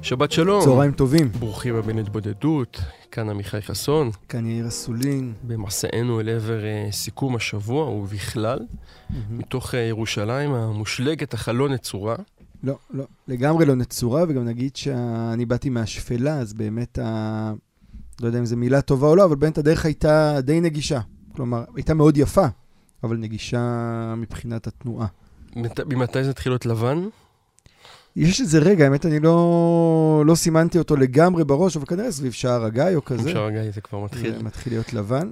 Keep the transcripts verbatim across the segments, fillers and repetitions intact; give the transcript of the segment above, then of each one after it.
שבת שלום. צהריים טובים. ברוכים הבאים להתבודדות. כאן עמיחי חסון. כאן יאיר אסולין. במסענו אל עבר uh, סיכום השבוע ובכלל, mm-hmm. מתוך uh, ירושלים המושלגת, החלון נצורה. לא, לא, לגמרי לא נצורה, וגם נגיד שאני באתי מהשפלה, אז באמת, ה... לא יודע אם זו מילה טובה או לא, אבל באמת הדרך הייתה די נגישה. כלומר, הייתה מאוד יפה, אבל נגישה מבחינת התנועה. ממתי זה התחיל להיות לבן? יש איזה רגע, האמת אני לא, לא סימנתי אותו לגמרי בראש, אבל כנראה סביב שער הגיא או כזה. שער הגיא זה כבר מתחיל. זה מתחיל להיות לבן.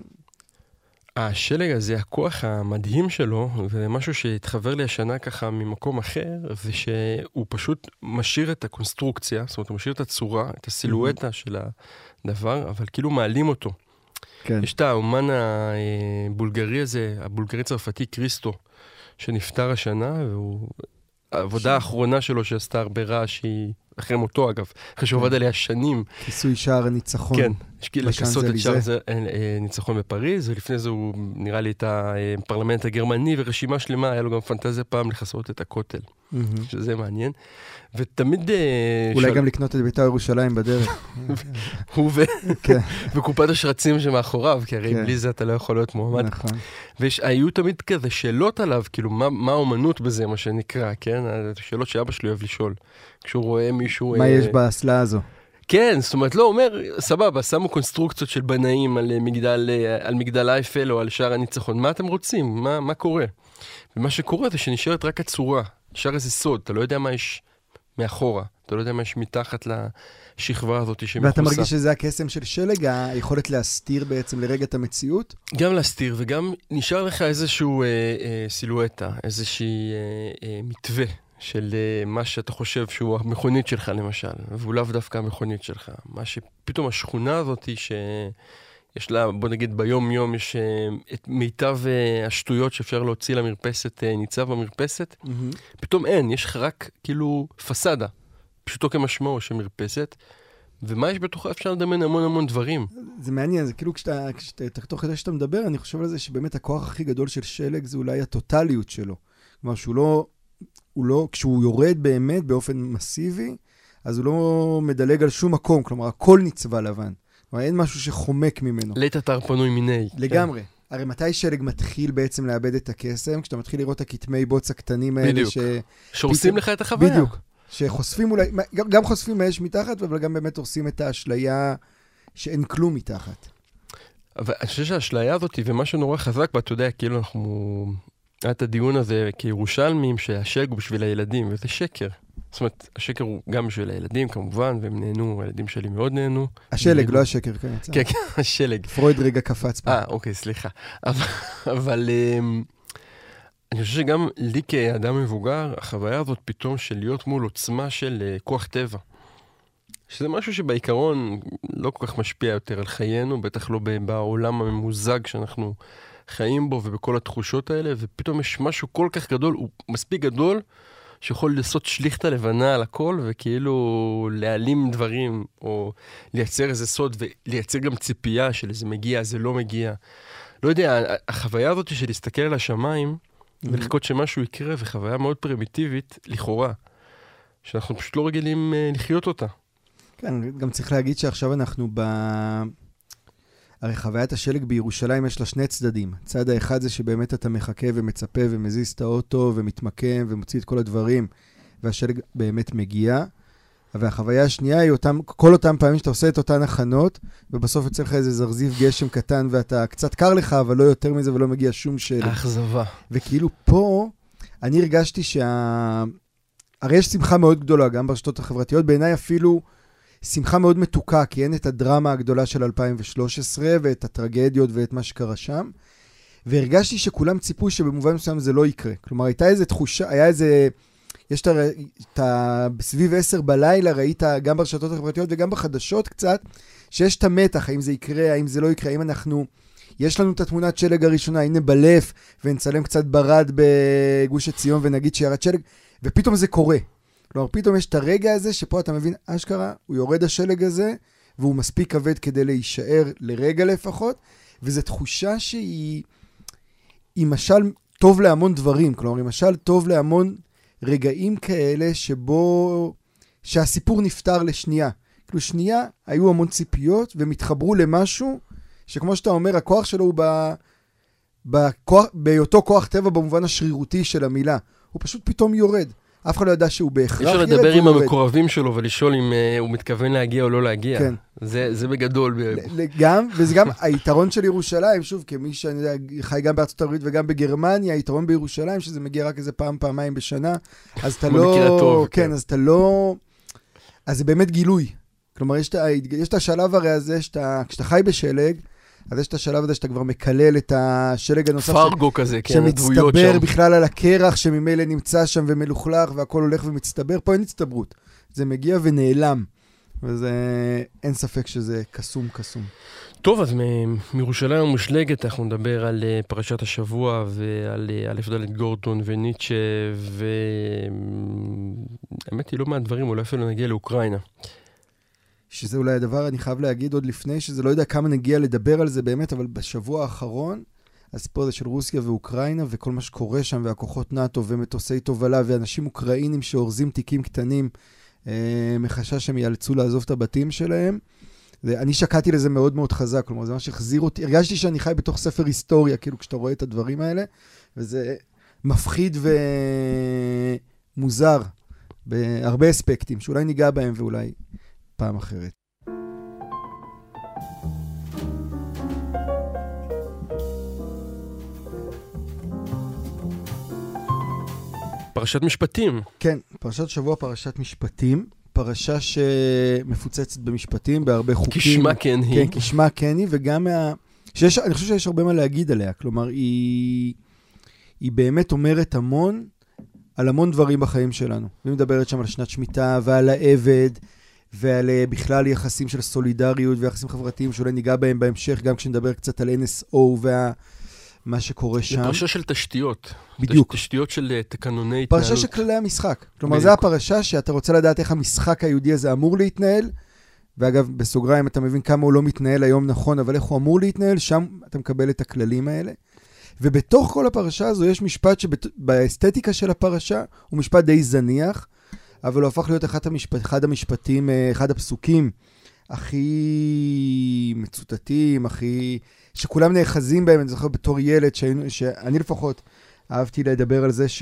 השלג הזה, הכוח המדהים שלו, זה משהו שהתחבר לי השנה ככה ממקום אחר, זה שהוא פשוט משאיר את הקונסטרוקציה, זאת אומרת, הוא משאיר את הצורה, את הסילואטה של הדבר, אבל כאילו מעלים אותו. כן. יש את האומן הבולגרי הזה, הבולגרי צרפתי קריסטו, שנפטר השנה, והוא... העבודה האחרונה שלו שעשתה הרבה רעש היא אחרי מותו אגב, אחרי שעובד עליה שנים. כיסוי שער הניצחון. כן, לכסות את שער ניצחון בפריז, ולפני זה הוא נראה לי את הפרלמנט הגרמני, ורשימה שלמה, היה לו גם פנטזיה פעם לכסות את הכותל, שזה מעניין. ותמיד... אולי גם לקנות את בית"ר ירושלים בדרך. הוא וקופת השרצים שמאחוריו, כי הרי בלי זה אתה לא יכול להיות מועמד. נכון. והיו תמיד כזה שאלות עליו, כאילו, מה האומנות בזה, מה שנקרא, כן? שאלות שאבא שלי אוהב לשאול. כשהוא רואה מישהו... מה יש באסלה הזו? כן, זאת אומרת, לא, הוא אומר, סבבה, שמו קונסטרוקציות של בנאים על מגדל, על מגדל אייפל או על שער הניצחון. מה אתם רוצים? מה, מה קורה? ומה שקורה זה שנשארת רק הצורה. נשאר איזה סוד, אתה לא יודע מה יש מאחורה. אתה לא יודע מה יש מתחת לשכבה הזאת שמחוסה. ואתה מרגיש שזה הקסם של שלג, היכולת להסתיר בעצם לרגע את המציאות? גם להסתיר, וגם נשאר לך איזשהו אה, אה, סילואטה, איזושהי אה, אה, מתווה. של uh, מה שאתה חושב שהוא המכונית שלך למשל, והוא לאו דווקא המכונית שלך. מה שפתאום השכונה הזאת שיש לה, בוא נגיד ביום יום, יש uh, את מיטב uh, השטויות שאפשר להוציא למרפסת, uh, ניצב במרפסת, mm-hmm. פתאום אין, יש לך רק כאילו פסדה, פשוטו כמשמעו שמרפסת, ומה יש בתוכה אפשר לדמיין המון המון דברים. זה מעניין, זה כאילו כשאתה, כשאתה, תוך כדי שאתה מדבר, אני חושב על זה שבאמת הכוח הכי גדול של שלג זה אולי הטוטליות שלו. כלומר שהוא לא... הוא לא, כשהוא יורד באמת באופן מסיבי, אז הוא לא מדלג על שום מקום, כלומר, הכל נצבע לבן. כלומר, אין משהו שחומק ממנו. לית אתר פנוי מיני. לגמרי. כן. הרי מתי שלג מתחיל בעצם לאבד את הקסם? כשאתה מתחיל לראות את הכתמי בוץ הקטנים האלה. בדיוק. ש... שהורסים לך את החוויה. בדיוק. שחושפים אולי, גם, גם חושפים מה יש מתחת, אבל גם באמת הורסים את האשליה שאין כלום מתחת. אבל אני חושב שהאשליה הזאת, ומה שנורא חזק בה, אתה יודע, כאילו אנחנו... היה את הדיון הזה כירושלמים שהשלג הוא בשביל הילדים, וזה שקר. זאת אומרת, השקר הוא גם בשביל הילדים, כמובן, והם נהנו, הילדים שלי מאוד נהנו. השלג, לא השקר, כן. כן, כן, השלג. פרויד רגע קפץ פה. אה, אוקיי, סליחה. אבל אני חושב שגם לי כאדם מבוגר, החוויה הזאת פתאום של להיות מול עוצמה של כוח טבע. שזה משהו שבעיקרון לא כל כך משפיע יותר על חיינו, בטח לא בעולם הממוזג שאנחנו... חיים בו ובכל התחושות האלה, ופתאום יש משהו כל כך גדול, הוא מספיק גדול, שיכול לעשות שליחת הלבנה על הכל, וכאילו להעלים דברים, או לייצר איזה סוד, ולייצר גם ציפייה של איזה מגיע, זה לא מגיע. לא יודע, החוויה הזאת של להסתכל על השמיים, mm-hmm. ולחכות שמשהו יקרה, וחוויה מאוד פרימיטיבית, לכאורה, שאנחנו פשוט לא רגילים uh, לחיות אותה. כן, גם צריך להגיד שעכשיו אנחנו ב... הרי חוויית השלג בירושלים יש לה שני צדדים. צד האחד זה שבאמת אתה מחכה ומצפה ומזיז את האוטו ומתמקם ומוציא את כל הדברים, והשלג באמת מגיע. והחוויה השנייה היא אותם, כל אותם פעמים שאתה עושה את אותן הכנות, ובסוף יוצא לך איזה זרזיף גשם קטן, ואתה קצת קר לך, אבל לא יותר מזה ולא מגיע שום שלג. אכזבה. וכאילו פה, אני הרגשתי שה... הרי יש שמחה מאוד גדולה, גם ברשתות החברתיות, בעיניי אפילו... שמחה מאוד מתוקה, כי אין את הדרמה הגדולה של אלפיים ושלוש עשרה, ואת הטרגדיות ואת מה שקרה שם. והרגשתי שכולם ציפו שבמובן מסוים זה לא יקרה. כלומר, הייתה איזו תחושה, היה איזה... יש את ה... בסביב עשר בלילה, ראית גם ברשתות החברתיות וגם בחדשות קצת, שיש את המתח, האם זה יקרה, האם זה לא יקרה, האם אנחנו... יש לנו את התמונת שלג הראשונה, הנה בלף, ונצלם קצת ברד בגוש הציון, ונגיד שירד שלג, ופתאום זה קורה. כלומר, פתאום יש את הרגע הזה, שפה אתה מבין, אשכרה, הוא יורד השלג הזה, והוא מספיק כבד כדי להישאר לרגע לפחות, וזו תחושה שהיא, היא משל טוב להמון דברים, כלומר, היא משל טוב להמון רגעים כאלה, שבו שהסיפור נפטר לשנייה. כאילו שנייה היו המון ציפיות, והם התחברו למשהו, שכמו שאתה אומר, הכוח שלו הוא ב... בכוח... באותו כוח טבע במובן השרירותי של המילה. הוא פשוט פתאום יורד. אף אחד לא ידע שהוא בהכרח ירד. אפשר לדבר עם המקורבים שלו ולשאול אם uh, הוא מתכוון להגיע או לא להגיע. כן. זה, זה בגדול. גם, וזה גם היתרון של ירושלים, שוב, כמי שאני יודע, חי גם בארצות הברית וגם בגרמניה, היתרון בירושלים, שזה מגיע רק איזה פעם, פעמיים בשנה, אז אתה לא... טוב, כן, כן, אז אתה לא... אז זה באמת גילוי. כלומר, יש, יש את השלב הרי הזה, שאתה, כשאתה חי בשלג, אז יש את השלב הזה שאתה כבר מקלל את השלג הנוסף. פרגו ש... כזה, כן, הדבויות שם. שמצטבר בכלל על הקרח שממילא נמצא שם ומלוכלך, והכל הולך ומצטבר. פה אין הצטברות. זה מגיע ונעלם. וזה, אין ספק שזה קסום קסום. טוב, אז מ- מירושלים המושלגת אנחנו נדבר על uh, פרשת השבוע ועל uh, א' ד' גורדון וניטשה, והאמת היא לא מהדברים, אולי אפילו נגיע לאוקראינה. שזה אולי הדבר, אני חייב להגיד עוד לפני, שזה לא יודע כמה נגיע לדבר על זה באמת, אבל בשבוע האחרון, הסיפור הזה של רוסיה ואוקראינה, וכל מה שקורה שם, והכוחות נאטו ומטוסי תובלה, ואנשים אוקראינים שאורזים תיקים קטנים, אה, מחשש שהם יאלצו לעזוב את הבתים שלהם. ואני שקעתי לזה מאוד מאוד חזק, כלומר, זה מה שהחזיר אותי, הרגשתי שאני חי בתוך ספר היסטוריה, כאילו כשאתה רואה את הדברים האלה, וזה מפחיד ומוזר, בהרבה אספקטים, שאולי ניגע בהם ואולי פעם אחרת. פרשת משפטים. כן, פרשת שבוע, פרשת משפטים. פרשה שמפוצצת במשפטים, בהרבה חוקים. כשמה כן היא. כן, כשמה כן היא, וגם מה... שיש, אני חושב שיש הרבה מה להגיד עליה. כלומר, היא, היא באמת אומרת המון על המון דברים בחיים שלנו. היא מדברת שם על שנת שמיטה ועל העבד, ועל בכלל יחסים של סולידריות ויחסים חברתיים, שאולי ניגע בהם בהמשך, גם כשנדבר קצת על אן אס או ומה שקורה שם. זה פרשה של תשתיות. בדיוק. תשתיות של תקנוני התנהלות. פרשה של כללי המשחק. כלומר, זו הפרשה שאתה רוצה לדעת איך המשחק היהודי הזה אמור להתנהל, ואגב, בסוגריים אתה מבין כמה הוא לא מתנהל היום נכון, אבל איך הוא אמור להתנהל, שם אתה מקבל את הכללים האלה. ובתוך כל הפרשה הזו יש משפט שבאסתטיקה של הפרשה הוא משפט די זניח, אבל הוא הפך להיות אחד, המשפט, אחד המשפטים, אחד הפסוקים הכי מצוטטים, הכי... שכולם נאחזים בהם, אני זוכר בתור ילד, שהיינו, שאני לפחות אהבתי לדבר על זה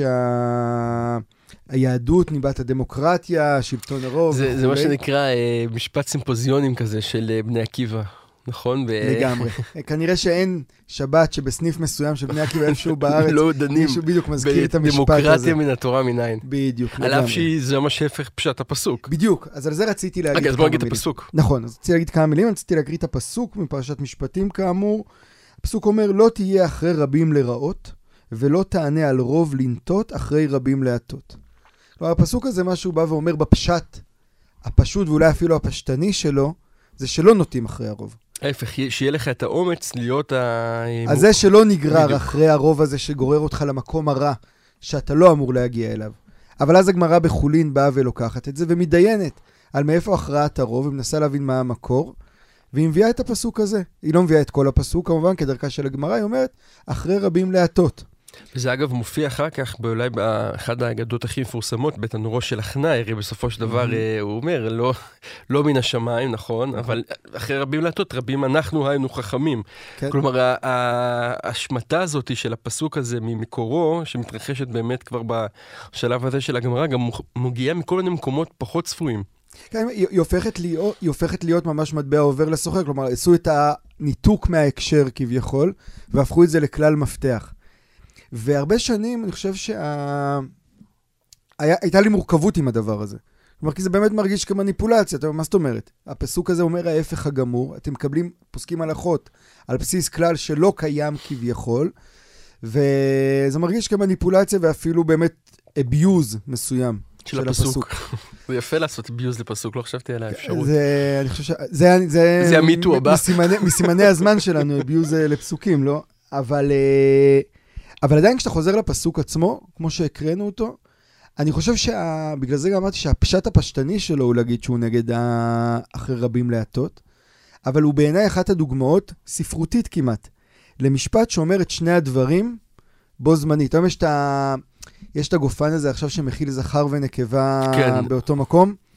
שהיהדות שה... ניבאת הדמוקרטיה, שלטון הרוב. זה, זה מה שנקרא אה, משפט סימפוזיונים כזה של אה, בני עקיבא. נכון? לגמרי. כנראה שאין שבת שבסניף מסוים של בני עקיבא איפשהו בארץ, לא דנים בדיוק מזכיר את המשפט הזה. בדמוקרטיה מן התורה מניין. בדיוק. על אף שזה מה שהפך פשט הפסוק. בדיוק. אז על זה רציתי להגיד רגע, אז בוא נגיד את הפסוק. נכון, אז רציתי להגיד כמה מילים, רציתי להקריא את הפסוק מפרשת משפטים כאמור. הפסוק אומר, לא תהיה אחרי רבים לראות, ולא תענה על רוב לנטות אחרי רבים להטות. כלומר, הפסוק הזה מה שהוא בא ואומר בפשט, הפשוט ואולי אפילו הפשטני שלו, זה שלא נוטים אחרי הרוב. ההפך, שיהיה לך את האומץ להיות ה... אז זה שלא נגרר אחרי הרוב הזה שגורר אותך למקום הרע, שאתה לא אמור להגיע אליו. אבל אז הגמרא בחולין באה ולוקחת את זה, ומתדיינת על מאיפה הכרעת הרוב, ומנסה להבין מה המקור, והיא מביאה את הפסוק הזה. היא לא מביאה את כל הפסוק, כמובן, כדרכה של הגמרא, היא אומרת, אחרי רבים להטות. וזה אגב מופיע אחר כך, אולי באחד האגדות הכי מפורסמות, בית הנורו של החנאי, הרי בסופו של דבר הוא אומר, לא, לא מן השמיים, נכון, אבל אחרי רבים להטות, רבים אנחנו היינו חכמים. כן. כלומר, ההשמטה הזאת של הפסוק הזה ממקורו, שמתרחשת באמת כבר בשלב הזה של הגמרא, גם מגיעה מכל מיני מקומות פחות צפויים. כן, היא, היא, הופכת להיות, היא הופכת להיות ממש מטבע עובר לסוחר, כלומר, עשו את הניתוק מההקשר כביכול, והפכו את זה לכלל מפתח. והרבה שנים אני חושב שהייתה שה... לי מורכבות עם הדבר הזה. כלומר, כי זה באמת מרגיש כמניפולציה. אתה, מה זאת אומרת? הפסוק הזה אומר ההפך הגמור, אתם מקבלים פוסקים הלכות על בסיס כלל שלא קיים כביכול, וזה מרגיש כמניפולציה ואפילו באמת אביוז מסוים של, של הפסוק. הפסוק. זה יפה לעשות אביוז לפסוק, לא חשבתי על האפשרות. זה, אני חושב ש... זה, זה, זה המיטו הבא. מסימני, מסימני הזמן שלנו, אביוז לפסוקים, לא? אבל... אבל עדיין כשאתה חוזר לפסוק עצמו, כמו שהקראנו אותו, אני חושב שבגלל זה גם אמרתי שהפשט הפשטני שלו הוא להגיד שהוא נגד אחרי רבים להטות, אבל הוא בעיניי אחת הדוגמאות, ספרותית כמעט, למשפט שאומר את שני הדברים בו זמנית. היום יש את, ה... יש את הגופן הזה עכשיו שמכיל זכר ונקבה כן. באותו מקום,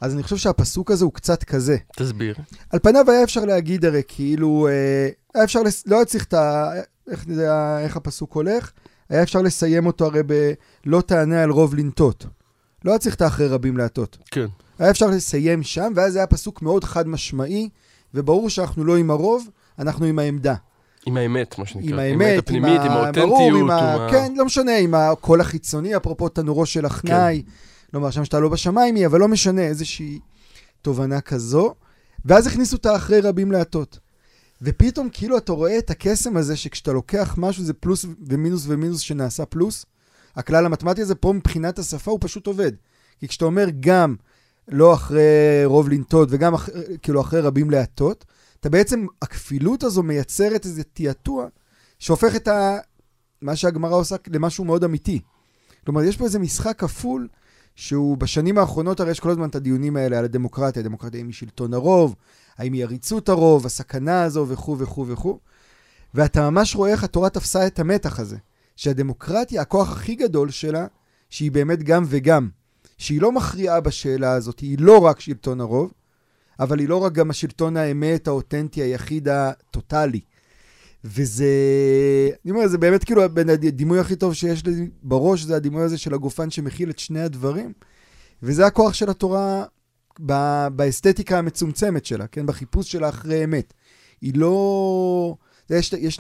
אז אני חושב שהפסוק הזה הוא קצת כזה. תסביר. על פניו היה אפשר להגיד הרי כאילו, אה, היה אפשר, לס... לא היה צריך את ה... איך, נדע, איך הפסוק הולך, היה אפשר לסיים אותו הרי ב... לא תענה על רוב לנטות. לא היה צריך את האחרי רבים להטות. כן. היה אפשר לסיים שם, ואז היה פסוק מאוד חד משמעי, וברור שאנחנו לא עם הרוב, אנחנו עם העמדה. עם האמת, מה שנקרא. עם האמת, הפנימית, עם האותנטיות. עם ה... כן, לא משנה, עם הקול החיצוני, אפרופו תנורו של החנאי, כלומר, שם שאתה לא בשמיים היא, אבל לא משנה, איזושהי תובנה כזו. ואז הכניסו אותה אחרי רבים להטות. ופתאום כאילו אתה רואה את הקסם הזה, שכשאתה לוקח משהו זה פלוס ומינוס ומינוס שנעשה פלוס, הכלל המתמטי הזה פה מבחינת השפה הוא פשוט עובד. כי כשאתה אומר גם לא אחרי רוב לנטות וגם אח... כאילו אחרי רבים להטות, אתה בעצם, הכפילות הזו מייצרת איזה תיאטוע, שהופך את ה... מה שהגמרא עושה למשהו מאוד אמיתי. כלומר, יש פה איזה משחק כפול, שהוא בשנים האחרונות הרי יש כל הזמן את הדיונים האלה על הדמוקרטיה, הדמוקרטיה היא משלטון הרוב, האם היא עריצות הרוב, הסכנה הזו וכו' וכו' וכו'. ואתה ממש רואה איך התורה תפסה את המתח הזה, שהדמוקרטיה, הכוח הכי גדול שלה, שהיא באמת גם וגם, שהיא לא מכריעה בשאלה הזאת, היא לא רק שלטון הרוב, אבל היא לא רק גם השלטון האמת, האותנטי, היחיד הטוטלי. וזה, אני אומר, זה באמת כאילו הדימוי הכי טוב שיש לי בראש, זה הדימוי הזה של הגופן שמכיל את שני הדברים, וזה הכוח של התורה ב- באסתטיקה המצומצמת שלה, כן? בחיפוש שלה אחרי אמת. היא לא... יש, יש,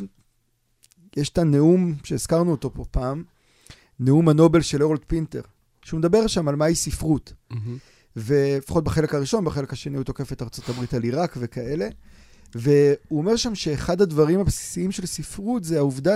יש את הנאום שהזכרנו אותו פה פעם, נאום הנובל של הרולד פינטר, שהוא מדבר שם על מהי ספרות. Mm-hmm. ולפחות בחלק הראשון, בחלק השני הוא תוקף את ארצות הברית על עיראק וכאלה, והוא אומר שם שאחד הדברים הבסיסיים של ספרות זה העובדה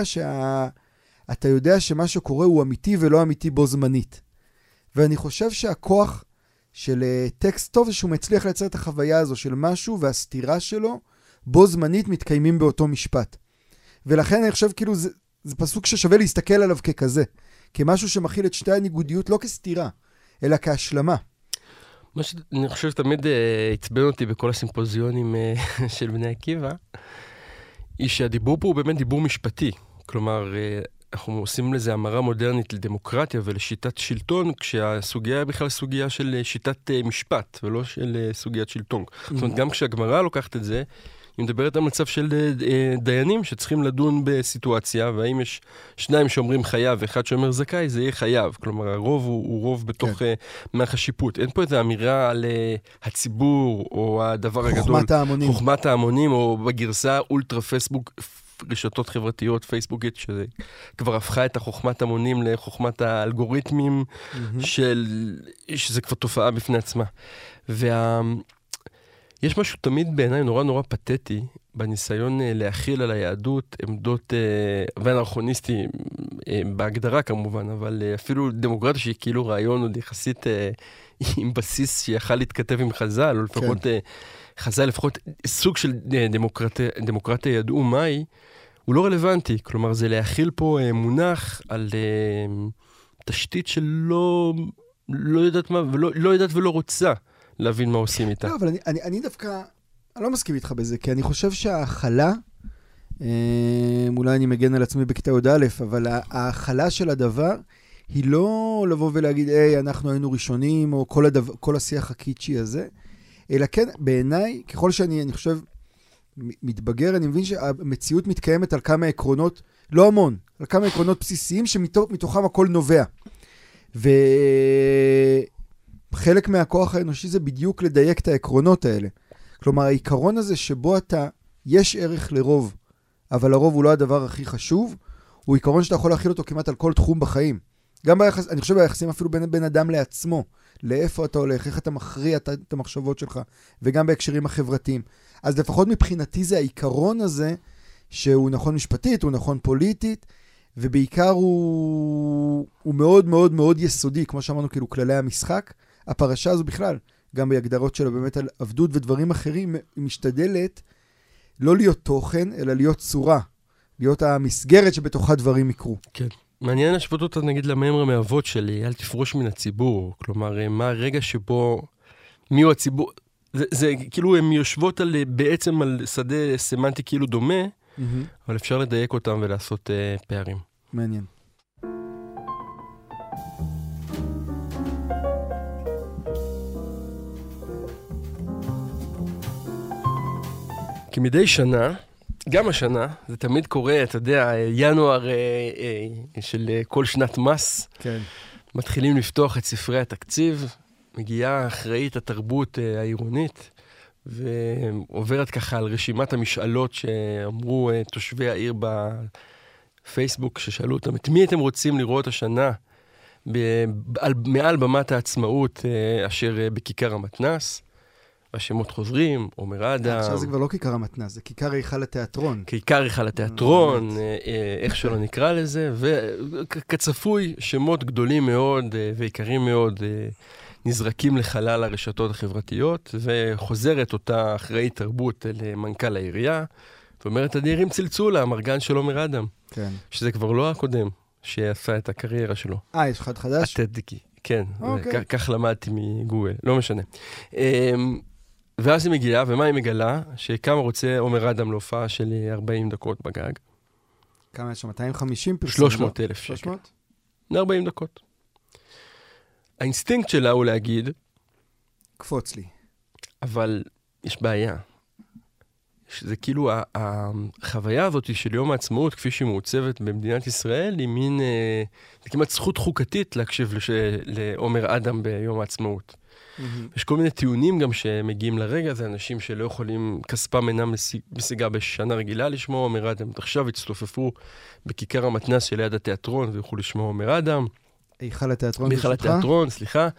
שאתה יודע שמה שקורה הוא אמיתי ולא אמיתי בו זמנית. ואני חושב שהכוח של טקסט טוב זה שהוא מצליח לייצר את החוויה הזו של משהו והסתירה שלו בו זמנית מתקיימים באותו משפט. ולכן אני חושב כאילו זה, זה פסוק ששווה להסתכל עליו ככזה, כמשהו שמכיל את שתי הניגודיות לא כסתירה, אלא כהשלמה. מה שאני חושב שתמיד הצבן אותי בכל הסימפוזיונים של בני עקיבא, היא שהדיבור פה הוא באמת דיבור משפטי. כלומר, אנחנו עושים לזה המרה מודרנית לדמוקרטיה ולשיטת שלטון, כשהסוגיה היא בכלל סוגיה של שיטת משפט, ולא של סוגיית שלטון. זאת אומרת, גם כשהגמרא לוקחת את זה, היא מדברת על מצב של דיינים שצריכים לדון בסיטואציה, והאם יש שניים שאומרים חייב ואחד שאומר זכאי, זה יהיה חייב. כלומר, הרוב הוא, הוא רוב בתוך כן. מערך השיפוט. אין פה איזו אמירה על הציבור, או הדבר חוכמת הגדול. חוכמת ההמונים. חוכמת ההמונים, או בגרסה אולטרה פייסבוק, רשתות חברתיות, פייסבוקית, שזה כבר הפכה את החוכמת המונים לחוכמת האלגוריתמים, mm-hmm. של, שזה כבר תופעה בפני עצמה. וה... יש משהו תמיד בעיניי נורא נורא פתטי, בניסיון להכיל על היהדות עמדות ואנרכוניסטי בהגדרה כמובן, אבל אפילו דמוקרטיה שהיא כאילו רעיון עוד יחסית עם בסיס שיכל להתכתב עם חז"ל, או לפחות כן. חז"ל, לפחות סוג של דמוקרטיה, דמוקרטיה ידעו מהי, הוא לא רלוונטי. כלומר, זה להכיל פה מונח על תשתית שלא לא יודעת מה, ולא, לא יודעת ולא רוצה להבין מה עושים איתה. לא, אבל אני, אני, אני דווקא, אני לא מסכים איתך בזה, כי אני חושב שההכלה, אה, אולי אני מגן על עצמי בכיתה י' א', אבל ההכלה של הדבר, היא לא לבוא ולהגיד, היי, אנחנו היינו ראשונים, או כל, הדבר, כל השיח הקיצ'י הזה, אלא כן, בעיניי, ככל שאני, אני חושב, מתבגר, אני מבין שהמציאות מתקיימת על כמה עקרונות, לא המון, על כמה עקרונות בסיסיים, שמתוכם הכל נובע. ו... חלק מהכוח האנושי זה בדיוק לדייק את העקרונות האלה. כלומר, העיקרון הזה שבו אתה, יש ערך לרוב, אבל הרוב הוא לא הדבר הכי חשוב, הוא עיקרון שאתה יכול להכיל אותו כמעט על כל תחום בחיים. גם ביחס, אני חושב ביחסים אפילו בין, בין אדם לעצמו, לאיפה אתה הולך, איך אתה מכריע את, את המחשבות שלך, וגם בהקשרים החברתיים. אז לפחות מבחינתי זה העיקרון הזה, שהוא נכון משפטית, הוא נכון פוליטית, ובעיקר הוא, הוא מאוד מאוד מאוד יסודי, כמו שאמרנו, כאילו כללי המשחק. הפרשה הזו בכלל, גם בהגדרות שלה באמת על עבדות ודברים אחרים, היא משתדלת לא להיות תוכן, אלא להיות צורה, להיות המסגרת שבתוכה דברים יקרו. כן. מעניין להשוות אותה, נגיד, למאמר מאבות שלי, אל תפרוש מן הציבור. כלומר, מה הרגע שבו, מי הוא הציבור? זה, זה כאילו, הן יושבות על, בעצם על שדה סמנטי כאילו דומה, mm-hmm. אבל אפשר לדייק אותם ולעשות uh, פערים. מעניין. כי מדי שנה, גם השנה, זה תמיד קורה, אתה יודע, ינואר אה, אה, של אה, כל שנת מס, כן. מתחילים לפתוח את ספרי התקציב, מגיעה אחראית התרבות אה, העירונית, ועוברת ככה על רשימת המשאלות שאמרו אה, תושבי העיר בפייסבוק, ששאלו אותם, את מי אתם רוצים לראות השנה ב- על, מעל במת העצמאות אה, אשר אה, בכיכר המתנ"ס? השמות חוזרים, עומר אדם. עכשיו זה כבר לא כיכר המתנ"ס, זה כיכר היכל התיאטרון. כיכר היכל התיאטרון, איך שלא נקרא לזה, וכצפוי, שמות גדולים מאוד ויקרים מאוד נזרקים לחלל הרשתות החברתיות, וחוזרת אותה אחראית תרבות למנכ"ל העירייה, ואומרת, הדיירים צלצו לה, המרגן של עומר אדם. כן. שזה כבר לא הקודם שעשה את הקריירה שלו. אה, יש אחד חדש? הטדקי, כן. אוקיי. כך למדתי מגוגל, לא משנה. ואז היא מגיעה, ומה היא מגלה? שכמה רוצה עומר אדם להופעה של ארבעים דקות בגג. כמה יש שם? מאתיים וחמישים פרסום? שלוש מאות אלף שקל. שלוש מאות? ארבעים דקות. האינסטינקט שלה הוא להגיד, קפוץ לי. אבל יש בעיה. זה כאילו, החוויה הזאת של יום העצמאות, כפי שהיא מעוצבת במדינת ישראל, היא מין, זה כמעט זכות חוקתית להקשיב לעומר אדם ביום העצמאות. יש כל מיני טיעונים גם שמגיעים לרגע, זה אנשים שלא יכולים, כספם אינם משיגה בשנה רגילה לשמוע עומר אדם. עכשיו הצטופפו בכיכר המתנ"ס שליד התיאטרון ויוכלו לשמוע עומר אדם. היכל התיאטרון היכל התיאטרון, סליחה.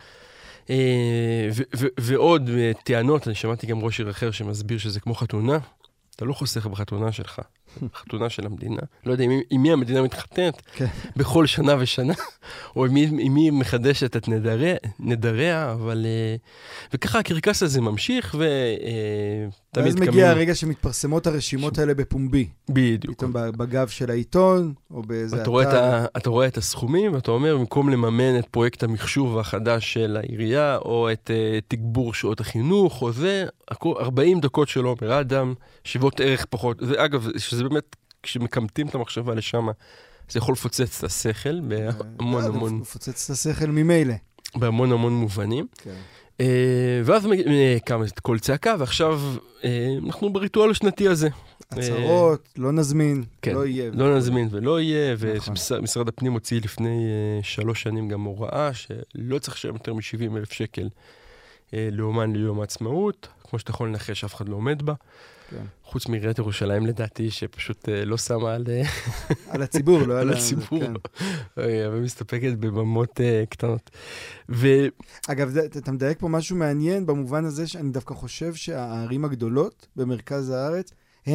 ועוד טענות, אני שמעתי גם ראש עיר אחר שמסביר שזה כמו חתונה. אתה לא חוסך בחתונה שלך, חתונה של המדינה. לא יודע עם מי המדינה מתחתנת בכל שנה ושנה, או עם מי מחדשת את נדריה, אבל... וככה הקרקס הזה ממשיך, ותמיד... ואז מגיע הרגע שמתפרסמות הרשימות האלה בפומבי. בדיוק. פתאום בגב של העיתון, או באיזה אתר. אתה רואה את הסכומים, ואתה אומר, במקום לממן את פרויקט המחשוב החדש של העירייה, או את תגבור שעות החינוך, או זה, ארבעים דקות של עומר אדם, שוות ערך פחות. זה, אגב, שזה באמת, כשמקמטים את המחשבה לשם, זה יכול לפוצץ את השכל בהמון המון... לפוצץ את השכל ממילא. בהמון המון מובנים. כן. ואז קם את כל צעקה, ועכשיו אנחנו בריטואל השנתי הזה. הצהרות, לא נזמין, לא יהיה. לא נזמין ולא יהיה, ומשרד הפנים הוציא לפני שלוש שנים גם הוראה, שלא צריך לשלם יותר מ-שבעים אלף שקל לאומן ליום העצמאות, כמו שאתה יכול לנחש, אף אחד לא עומד בה. חוץ מעיריית ירושלים לדעתי, שפשוט לא שמה על... על הציבור, לא על הציבור. ומסתפקת בבמות קטנות. אגב, אתה מדייק פה משהו מעניין, במובן הזה שאני דווקא חושב שהערים הגדולות במרכז הארץ,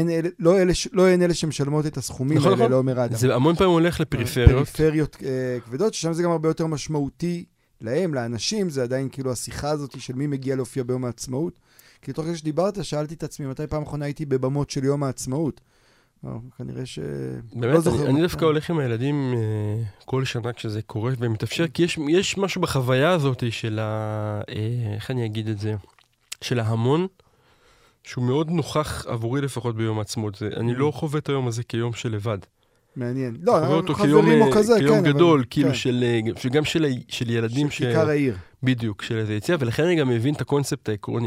לא הן אלה שמשלמות את הסכומים האלה לעומר אדם. זה המון פעמים הולך לפריפריות. פריפריות כבדות, ששם זה גם הרבה יותר משמעותי להם, לאנשים, זה עדיין כאילו השיחה הזאת של מי מגיע להופיע ביום העצמאות. כי תוך כדי שדיברת, שאלתי את עצמי, מתי פעם אחרונה הייתי בבמות של יום העצמאות? כנראה ש... באמת, אני דווקא הולך עם הילדים כל שנה כשזה קורה ומתאפשר, כי יש משהו בחוויה הזאת של ה... איך אני אגיד את זה? של ההמון, שהוא מאוד נוכח עבורי לפחות ביום העצמאות. אני לא חווה את היום הזה כיום של לבד. מעניין. לא, חווה אותו כיום גדול, כאילו שגם של ילדים ש... כיכר העיר. בדיוק, של איזה יציאה, ולכן אני גם מבין את הקונספט העקרוני.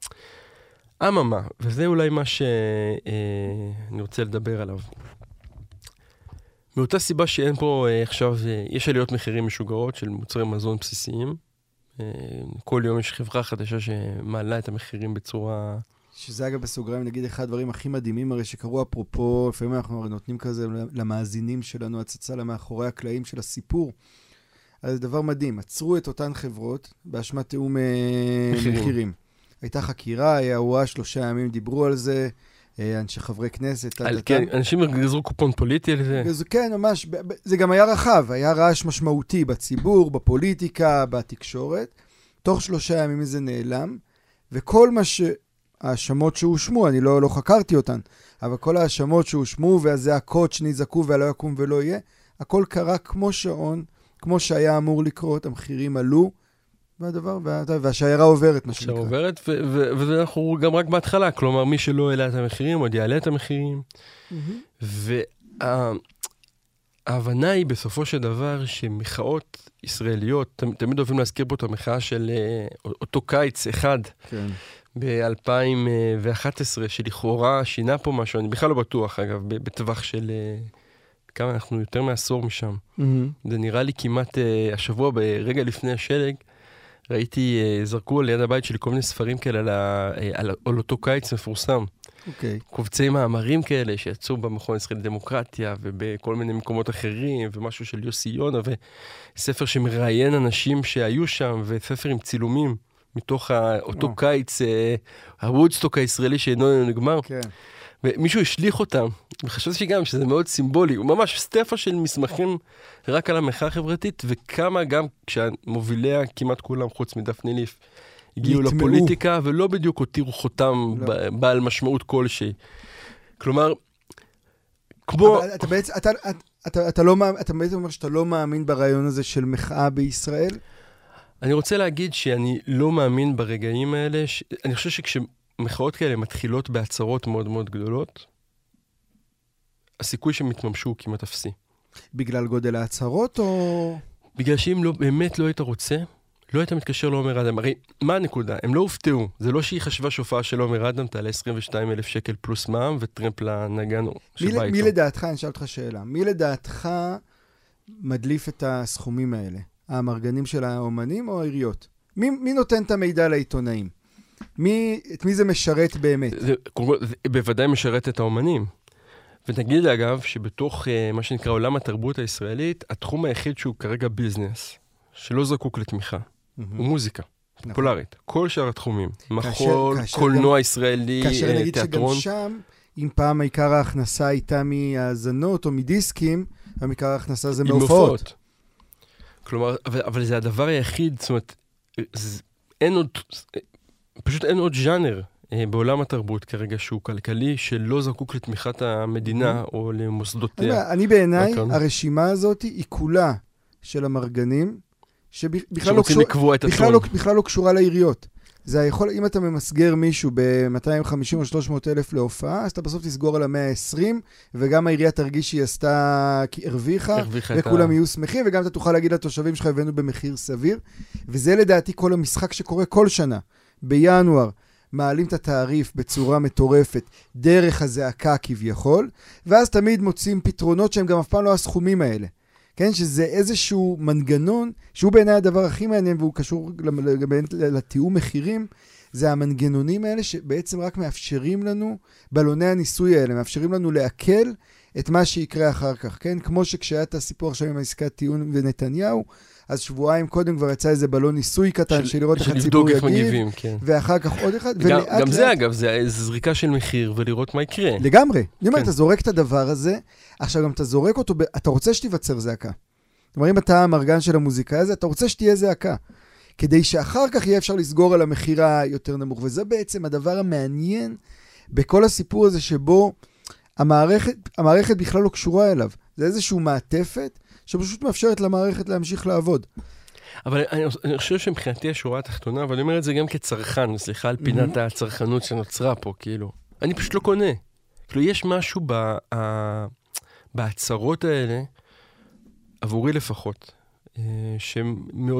אממה, וזה אולי מה שאני רוצה לדבר עליו. מאותה סיבה שאין פה עכשיו, יש עליות מחירים משוגעות של מוצרי מזון בסיסיים. כל יום יש חברה חדשה שמעלה את המחירים בצורה... שזה אגב בסוגריים, נגיד, אחד הדברים הכי מדהימים הרי שקרו אפרופו, לפעמים אנחנו נותנים כזה למאזינים שלנו, הצצה למאחורי הקלעים של הסיפור. אז זה דבר מדהים, עצרו את אותן חברות באשמת תיאום מחירים. מחירים. הייתה חקירה, היה הוראה, שלושה ימים דיברו על זה, אנשי חברי כנסת. על, כן, אנשים גזרו קופון פוליטי על זה. זה, כן, ממש, זה גם היה רחב, היה רעש משמעותי בציבור, בפוליטיקה, בתקשורת. תוך שלושה ימים זה נעלם, וכל מה ש... האשמות שהושמו, אני לא, לא חקרתי אותן, אבל כל האשמות שהושמו, והזעקות שנזעקו ולא יקום ולא יהיה, הכל קרה כמו שעון, כמו שהיה אמור לקרות, המחירים עלו, והדבר, והשיירה עוברת, מה שנקרא. השיירה עוברת, ואנחנו גם רק בהתחלה, כלומר, מי שלא העלה את המחירים, עוד יעלה את המחירים. וההבנה היא בסופו של דבר שמחאות ישראליות, תמיד אוהבים להזכיר פה את המחאה של אותו קיץ אחד, ב-אלפיים ואחת עשרה, שלכאורה שינה פה משהו, אני בכלל לא בטוח, אגב, בטווח של כמה, אנחנו יותר מעשור משם. Mm-hmm. זה נראה לי כמעט השבוע, ברגע לפני השלג, ראיתי, זרקו ליד הבית שלי כל מיני ספרים כאלה על, ה, על, על אותו קיץ מפורסם. אוקיי. Okay. קובצי מאמרים כאלה שיצאו במכון הישראלי לדמוקרטיה, ובכל מיני מקומות אחרים, ומשהו של יוסי יונה, וספר שמראיין אנשים שהיו שם, וספר עם צילומים, מתוך אותו oh. קיץ, הוודסטוק הישראלי שאינו נגמר. כן. Okay. ומישהו השליך אותם, וחשבתי שגם שזה מאוד סימבולי, הוא ממש סטפה של מסמכים רק על המחאה החברתית, וכמה גם כשמוביליה כמעט כולם, חוץ מדפני ליף, הגיעו נתמעו. לפוליטיקה, ולא בדיוק הותירו חותם לא. בעל משמעות כלשהי. כלומר, כמו... אבל אתה בעצם, אתה, אתה, אתה, אתה, לא, אתה בעצם אומר שאתה לא מאמין ברעיון הזה של מחאה בישראל? אני רוצה להגיד שאני לא מאמין ברגעים האלה, ש... אני חושב שכש... מחאות כאלה מתחילות בהצהרות מאוד מאוד גדולות, הסיכוי שמתממשו הוא כמעט אפסי. בגלל גודל ההצהרות או... בגלל שאם לא, באמת לא היית רוצה, לא היית מתקשר לעומר אדם. הרי מה הנקודה? הם לא הופתעו. זה לא שהיא חשבה שהופעה של עומר אדם תעלה עשרים ושתיים אלף שקל פלוס מע"מ וטרמפ לנגן שבא איתו. מי לדעתך, אני אשאל אותך שאלה, מי לדעתך מדליף את הסכומים האלה? המארגנים של האומנים או העיריות? מי, מי נותן את המידע לעיתונאים? מי, את מי זה משרת באמת? זה, זה בוודאי משרת את האומנים. ונגיד אגב, שבתוך uh, מה שנקרא עולם התרבות הישראלית, התחום היחיד שהוא כרגע ביזנס, שלא זקוק לתמיכה, mm-hmm. הוא מוזיקה, נכון. פופולרית. כל שאר התחומים, מחול, קולנוע גם, ישראלי, כאשר תיאטרון. כאשר נגיד שגם שם, אם פעם עיקר ההכנסה הייתה מהאזנות או מדיסקים, המעיקר ההכנסה זה מהופעות. כלומר, אבל, אבל זה הדבר היחיד, זאת אומרת, זה, אין עוד... פשוט אין עוד ז'אנר אה, בעולם התרבות כרגע שהוא כלכלי, שלא זקוק לתמיכת המדינה mm-hmm. או למוסדותיה. אני בעיניי, הרשימה הזאת היא כולה של המארגנים, שבכלל לא, קשור, בכלל לא, בכלל לא קשורה לעיריות. זה יכול, אם אתה ממסגר מישהו ב-מאתיים וחמישים או שלוש מאות אלף להופעה, אז אתה בסוף תסגור על ה-מאה ועשרים, וגם העירייה תרגיש שהיא עשתה, הרוויחה, וכולם יהיו שמחים, וגם אתה תוכל להגיד לתושבים שלך, הבאנו במחיר סביר. וזה לדעתי כל המשחק שקורה כל שנה. בינואר מעלים את התעריף בצורה מטורפת דרך הזעקה כביכול, ואז תמיד מוצאים פתרונות שהם גם אף פעם לא הסכומים האלה. כן, שזה איזשהו מנגנון, שהוא בעיניי הדבר הכי מעניין, והוא קשור לתיאום מחירים, זה המנגנונים האלה שבעצם רק מאפשרים לנו, בלוני הניסוי האלה, מאפשרים לנו להקל את מה שיקרה אחר כך, כן? כמו שכשהיה את הסיפור עכשיו עם העסקת טיעון ונתניהו, אז שבועיים קודם כבר יצא איזה בלון ניסוי קטן של, של לראות איך הציבור יגיב, מגיבים, כן. ואחר כך עוד אחד. גם, גם זה אגב, זה זריקה של מחיר ולראות מה יקרה. לגמרי. אני אומר, כן. אתה זורק את הדבר הזה, עכשיו גם אתה זורק אותו, אתה רוצה שתיווצר זעקה. זאת אומרת, אם אתה המארגן של המוזיקה הזה, אתה רוצה שתהיה זעקה. כדי שאחר כך יהיה אפשר לסגור על המחיר היותר נמוך. וזה בעצם הדבר המעניין בכל הסיפור הזה שבו המערכת, המערכת בכלל לא קשורה אליו. זה איזשהו מעטפת שפשוט מאפשרת למערכת להמשיך לעבוד. אבל אני, אני חושב שמבחינתי השורה התחתונה, אבל אני אומר את זה גם כצרכן, סליחה על פינת mm-hmm. הצרכנות שנוצרה פה, כאילו. אני פשוט לא קונה. כאילו, יש משהו ב, ה, בהצהרות האלה, עבורי לפחות, שהן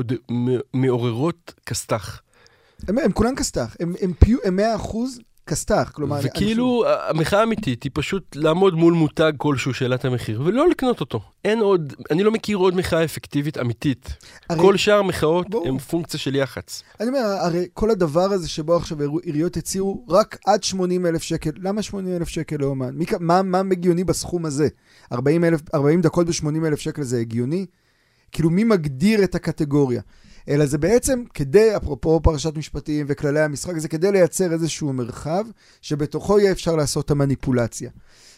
מעוררות כסתח. הם, הם כולן כסתח. הם, הם, פיו, הם מאה אחוז כסתח. כלומר, וכאילו, אני... המחאה האמיתית היא פשוט לעמוד מול מותג כלשהו שאלת המחיר, ולא לקנות אותו. אין עוד, אני לא מכיר עוד מחאה אפקטיבית אמיתית. הרי... כל שאר המחאות בוא... הם פונקציה של יח"צ. אני אומר, הרי כל הדבר הזה שבו עכשיו עיריות הציעו רק עד שמונים אלף שקל. למה שמונים אלף שקל לאומן? מי, מה, מה מגיוני בסכום הזה? ארבעים אלף, ארבעים דקות ב-שמונים אלף שקל זה הגיוני? כאילו, מי מגדיר את הקטגוריה? אלא זה בעצם כדי, אפרופו פרשת משפטים וכללי המשחק, זה כדי לייצר איזשהו מרחב שבתוכו יהיה אפשר לעשות את המניפולציה.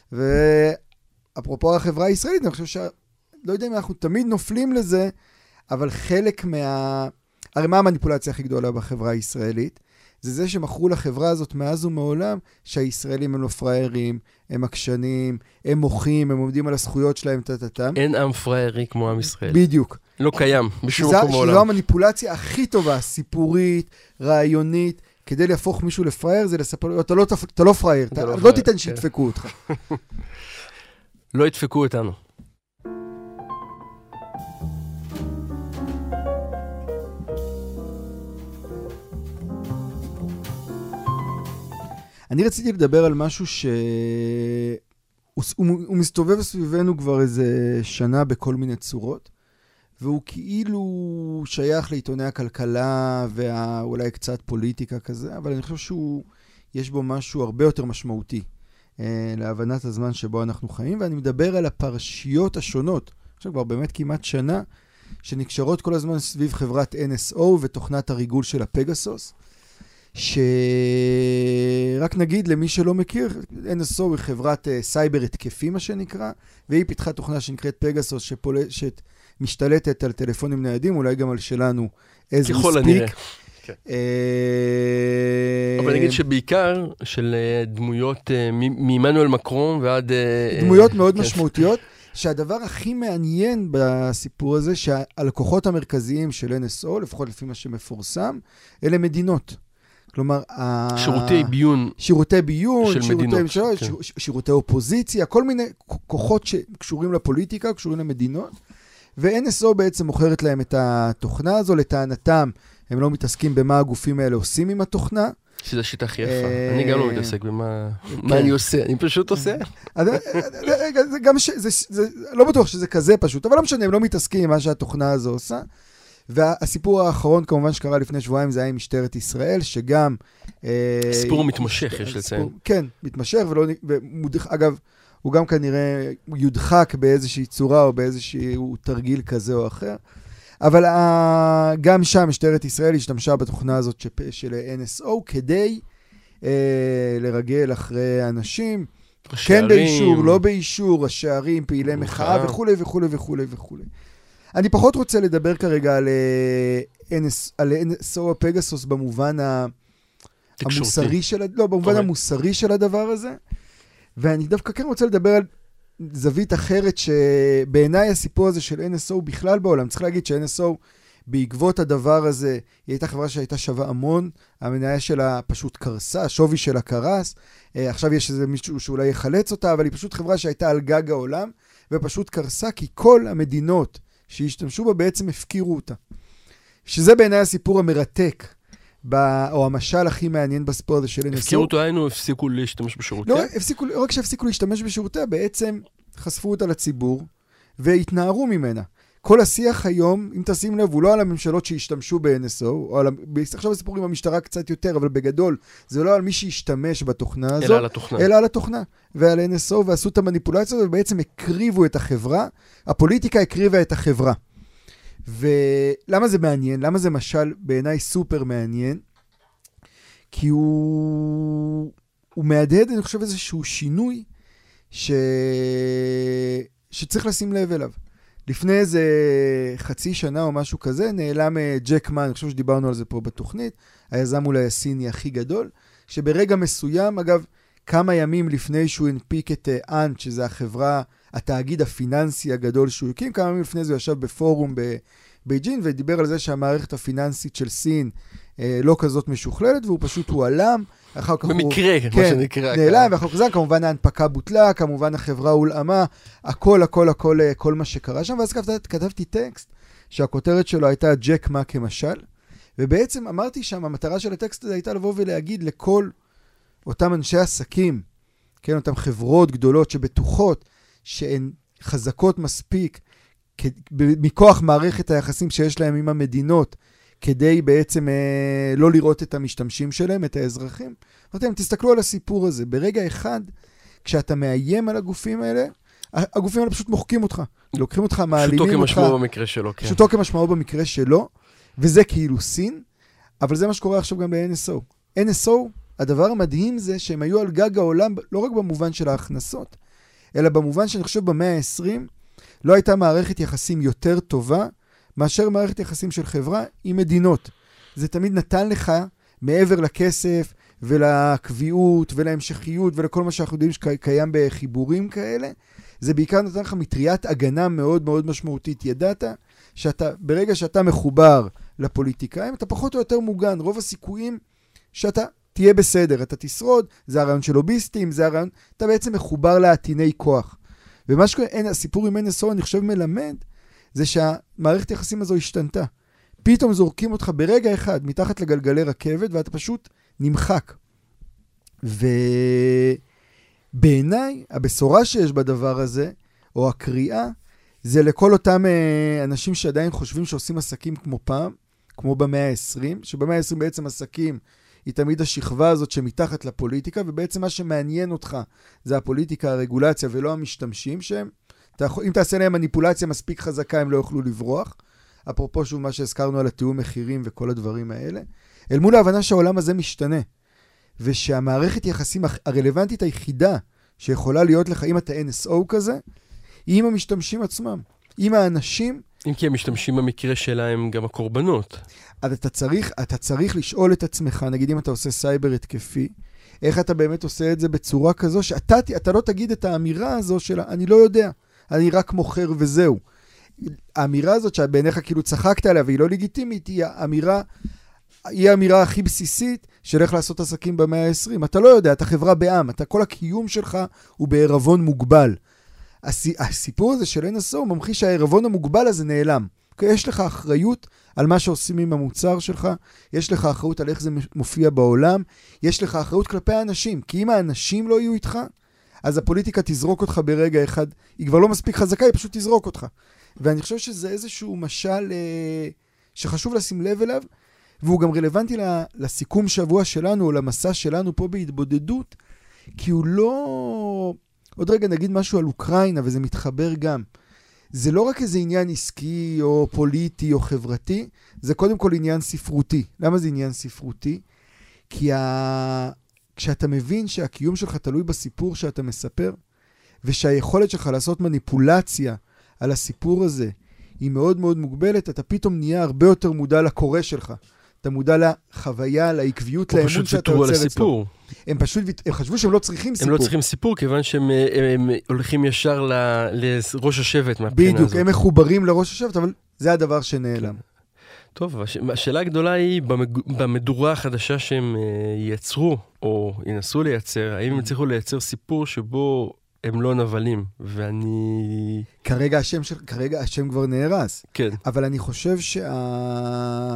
ואפרופו החברה הישראלית, אני חושב ש... לא יודע אם אנחנו תמיד נופלים לזה, אבל חלק מה... הרי מה המניפולציה הכי גדולה בחברה הישראלית? זה זה שמכרו לחברה הזאת מאז ומעולם, שהישראלים הם לא פריירים, הם עקשנים, הם מוחים, הם עומדים על הזכויות שלהם, תתתם. אין עם פריירי כמו עם ישראל. בדיוק. לא קיים, בשום מקום בעולם. שזו המניפולציה הכי טובה, סיפורית, רעיונית, כדי להפוך מישהו לפרייר, זה לספר, אתה לא, אתה לא פרייר, אתה לא תיתן שידפקו אותך. לא ידפקו אותנו. אני רציתי לדבר על משהו שהוא הוא מסתובב סביבנו כבר איזה שנה בכל מיני צורות, והוא כאילו שייך לעיתוני הכלכלה ואולי קצת פוליטיקה כזה, אבל אני חושב שהוא, יש בו משהו הרבה יותר משמעותי אה, להבנת הזמן שבו אנחנו חיים, ואני מדבר על הפרשיות השונות, עכשיו כבר באמת כמעט שנה, שנקשרות כל הזמן סביב חברת אן אס או ותוכנת הריגול של הפגסוס, שרק נגיד למי שלא מכיר, אן אס או היא חברת uh, סייבר התקפי מה שנקרא, והיא פיתחה תוכנה שנקראת פגסוס שפולשת, משתלטת על טלפונים ניידים, אולי גם על שלנו as we ככל speak. הנראה. אבל נגיד שבעיקר של דמויות ממנואל מקרון ועד... דמויות מאוד משמעותיות, שהדבר הכי מעניין בסיפור הזה, שהלקוחות המרכזיים של אן אס או, לפחות לפי מה שמפורסם, אלה מדינות. כלומר, שירותי ביון. שירותי ביון, של שירותי מדינות. ממשלה, כן. שירותי אופוזיציה, כל מיני כוחות שקשורים לפוליטיקה, קשורים למדינות, ו-אן אס או בעצם מוכרת להם את התוכנה הזו, לטענתם, הם לא מתעסקים במה הגופים האלה עושים עם התוכנה. שזה שיטה הכי יפה. אני גם לא מתעסק במה אני עושה, אני פשוט עושה. לא בטוח שזה כזה פשוט, אבל לא משנה, הם לא מתעסקים עם מה שהתוכנה הזו עושה. והסיפור האחרון כמובן שקרה לפני שבועיים, זה היה עם משטרת ישראל, שגם... סיפור מתמשך, יש לציין. כן, מתמשך, אגב, הוא גם כנראה יודחק באיזושהי צורה או באיזשהו תרגיל כזה או אחר. אבל גם שם משטרת ישראל השתמשה בתוכנה הזאת של אן אס או כדי לרגל אחרי אנשים, כן באישור, לא באישור, השערים, פעילי מחאה וכו' וכו' וכו' וכו'. אני פחות רוצה לדבר כרגע על אן אס או הפגסוס במובן המוסרי של, לא, במובן המוסרי של הדבר הזה, ואני דווקא כן רוצה לדבר על זווית אחרת שבעיניי הסיפור הזה של אן אס או בכלל בעולם, צריך להגיד ש-אן אס או בעקבות הדבר הזה, היא הייתה חברה שהייתה שווה המון, המניה שלה פשוט קרסה, השווי שלה קרס, עכשיו יש איזה מישהו שאולי יחלץ אותה, אבל היא פשוט חברה שהייתה על גג העולם, ופשוט קרסה כי כל המדינות שהשתמשו בה בעצם הפקירו אותה. שזה בעיניי הסיפור המרתק, או המשל הכי מעניין בספורט הזה של אן אס או. הפקירו אותו היינו, הפסיקו להשתמש בשירותיה? לא, הפסיקו, לא רק שהפסיקו להשתמש בשירותיה, בעצם חשפו אותה לציבור, והתנערו ממנה. כל השיח היום, אם תשים לב, הוא לא על הממשלות שהשתמשו ב-אן אס או, או על, עכשיו הסיפור עם המשטרה קצת יותר, אבל בגדול, זה לא על מי שהשתמש בתוכנה הזו, אלא על התוכנה. אלא על התוכנה, ועל אן אס או, ועשו את המניפולציה, ובעצם הקריבו את החברה, הפוליטיקה הקריבה את החברה. ולמה זה מעניין? למה זה משל בעיניי סופר מעניין? כי הוא, הוא מהדהד, אני חושב, איזשהו שינוי ש... שצריך לשים לב אליו. לפני איזה חצי שנה או משהו כזה, נעלם ג'ק מן, אני חושב שדיברנו על זה פה בתוכנית, היזם אולי הסיני הכי גדול, שברגע מסוים, אגב, כמה ימים לפני שהוא הנפיק את אנט, שזה החברה, התאגיד הפיננסי הגדול שהוא הקים, כמה ימים לפני זה הוא ישב בפורום בבייג'ין, ודיבר על זה שהמערכת הפיננסית של סין אה, לא כזאת משוכללת, והוא פשוט הועלם. במקרה, הוא, מה כן, שנקרא. נעלם, ואחר כך כמובן ההנפקה בוטלה, כמובן החברה הולעמה, הכל, הכל, הכל, כל מה שקרה שם, ואז כתבתי, כתבתי טקסט, שהכותרת שלו הייתה ג'ק מה כמשל, ובעצם אמרתי שם, המטרה של הטקסט הזה הייתה לבוא ולהגיד לכל אותם אנשי עסקים, כן, אותם חברות גדולות שבטוחות, שהן חזקות מספיק, מכוח מערכת היחסים שיש להם עם המדינות, כדי בעצם אה, לא לראות את המשתמשים שלהם, את האזרחים. ואתם תסתכלו על הסיפור הזה. ברגע אחד, כשאתה מאיים על הגופים האלה, הגופים האלה פשוט מוחקים אותך. לוקחים אותך, מעלימים אותך. פשוטו כמשמעו במקרה שלו, כן. פשוטו כמשמעו במקרה שלו, וזה כאילו סין, אבל זה מה שקורה עכשיו גם ב-אן אס או. אן אס או, הדבר המדהים זה שהם היו על גג העולם, לא רק במובן של ההכנסות, אלא במובן שאני חושב במאה ה-עשרים, לא הייתה מערכת יחסים יותר טובה, מאשר מערכת יחסים של חברה עם מדינות. זה תמיד נתן לך, מעבר לכסף ולקביעות ולהמשכיות ולכל מה שאנחנו יודעים שקיים בחיבורים כאלה, זה בעיקר נתן לך מטריית הגנה מאוד מאוד משמעותית. ידעת שאתה, ברגע שאתה מחובר לפוליטיקאים, אתה פחות או יותר מוגן. רוב הסיכויים שאתה תהיה בסדר, אתה תשרוד, זה הרעיון של לוביסטים, זה הרעיון, אתה בעצם מחובר לעתיני כוח. ומה שקורה, הסיפור עם אן אס או, אני חושב מלמד, זה שהמערכת היחסים הזו השתנתה. פתאום זורקים אותך ברגע אחד מתחת לגלגלי רכבת, ואתה פשוט נמחק. ובעיניי, הבשורה שיש בדבר הזה, או הקריאה, זה לכל אותם אנשים שעדיין חושבים שעושים עסקים כמו פעם, כמו במאה ה-עשרים, שבמאה ה-עשרים בעצם עסקים היא תמיד השכבה הזאת שמתחת לפוליטיקה, ובעצם מה שמעניין אותך זה הפוליטיקה, הרגולציה, ולא המשתמשים שהם. אם תעשה להם מניפולציה מספיק חזקה, הם לא יוכלו לברוח. אפרופו שוב מה שהזכרנו על התיאום מחירים וכל הדברים האלה. אל מול ההבנה שהעולם הזה משתנה, ושהמערכת יחסים הרלוונטית היחידה שיכולה להיות לך, אם אתה אן אס או כזה, היא עם המשתמשים עצמם, עם האנשים. אם כי המשתמשים במקרה שלהם גם הקורבנות. אז אתה צריך, אתה צריך לשאול את עצמך, נגיד אם אתה עושה סייבר התקפי, איך אתה באמת עושה את זה בצורה כזו, שאתה אתה לא תגיד את האמירה הזו של, אני לא יודע, אני רק מוכר וזהו. האמירה הזאת שבעיניך כאילו צחקת עליה, והיא לא לגיטימית, היא האמירה, היא האמירה הכי בסיסית של איך לעשות עסקים במאה ה-עשרים. אתה לא יודע, אתה חברה בעם, אתה כל הקיום שלך הוא בערבון מוגבל. הסיפור הזה של אן אס או ממחיש שהערבון המוגבל הזה נעלם. יש לך אחריות על מה שעושים עם המוצר שלך, יש לך אחריות על איך זה מופיע בעולם, יש לך אחריות כלפי האנשים, כי אם האנשים לא יהיו איתך, אז הפוליטיקה תזרוק אותך ברגע אחד, היא כבר לא מספיק חזקה, היא פשוט תזרוק אותך. ואני חושב שזה איזשהו משל אה, שחשוב לשים לב אליו, והוא גם רלוונטי לסיכום שבוע שלנו, או למסע שלנו פה בהתבודדות, כי הוא לא... עוד רגע נגיד משהו על אוקראינה, וזה מתחבר גם. זה לא רק איזה עניין עסקי, או פוליטי, או חברתי, זה קודם כל עניין ספרותי. למה זה עניין ספרותי? כי ה... כשאתה מבין שהקיום שלך תלוי בסיפור שאתה מספר, ושהיכולת שלך לעשות מניפולציה על הסיפור הזה, היא מאוד מאוד מוגבלת, אתה פתאום נהיה הרבה יותר מודע לקורא שלך. אתה מודע לחוויה, לעקביות, לאמון שאתה יוצר אצלו. הם פשוט, הם חשבו שהם לא צריכים סיפור. הם לא צריכים סיפור, כיוון שהם הם, הם הולכים ישר ל, לראש השבט מהבחינה הזאת. בדיוק, הם מחוברים לראש השבט, אבל זה הדבר שנעלם. טוב, הש... השאלה הגדולה היא במג... במדורה החדשה שהם ייצרו, או ינסו לייצר, האם הם צריכו לייצר סיפור שבו הם לא נבלים, ואני... כרגע השם, של... כרגע השם כבר נהרס. כן. אבל אני חושב שה...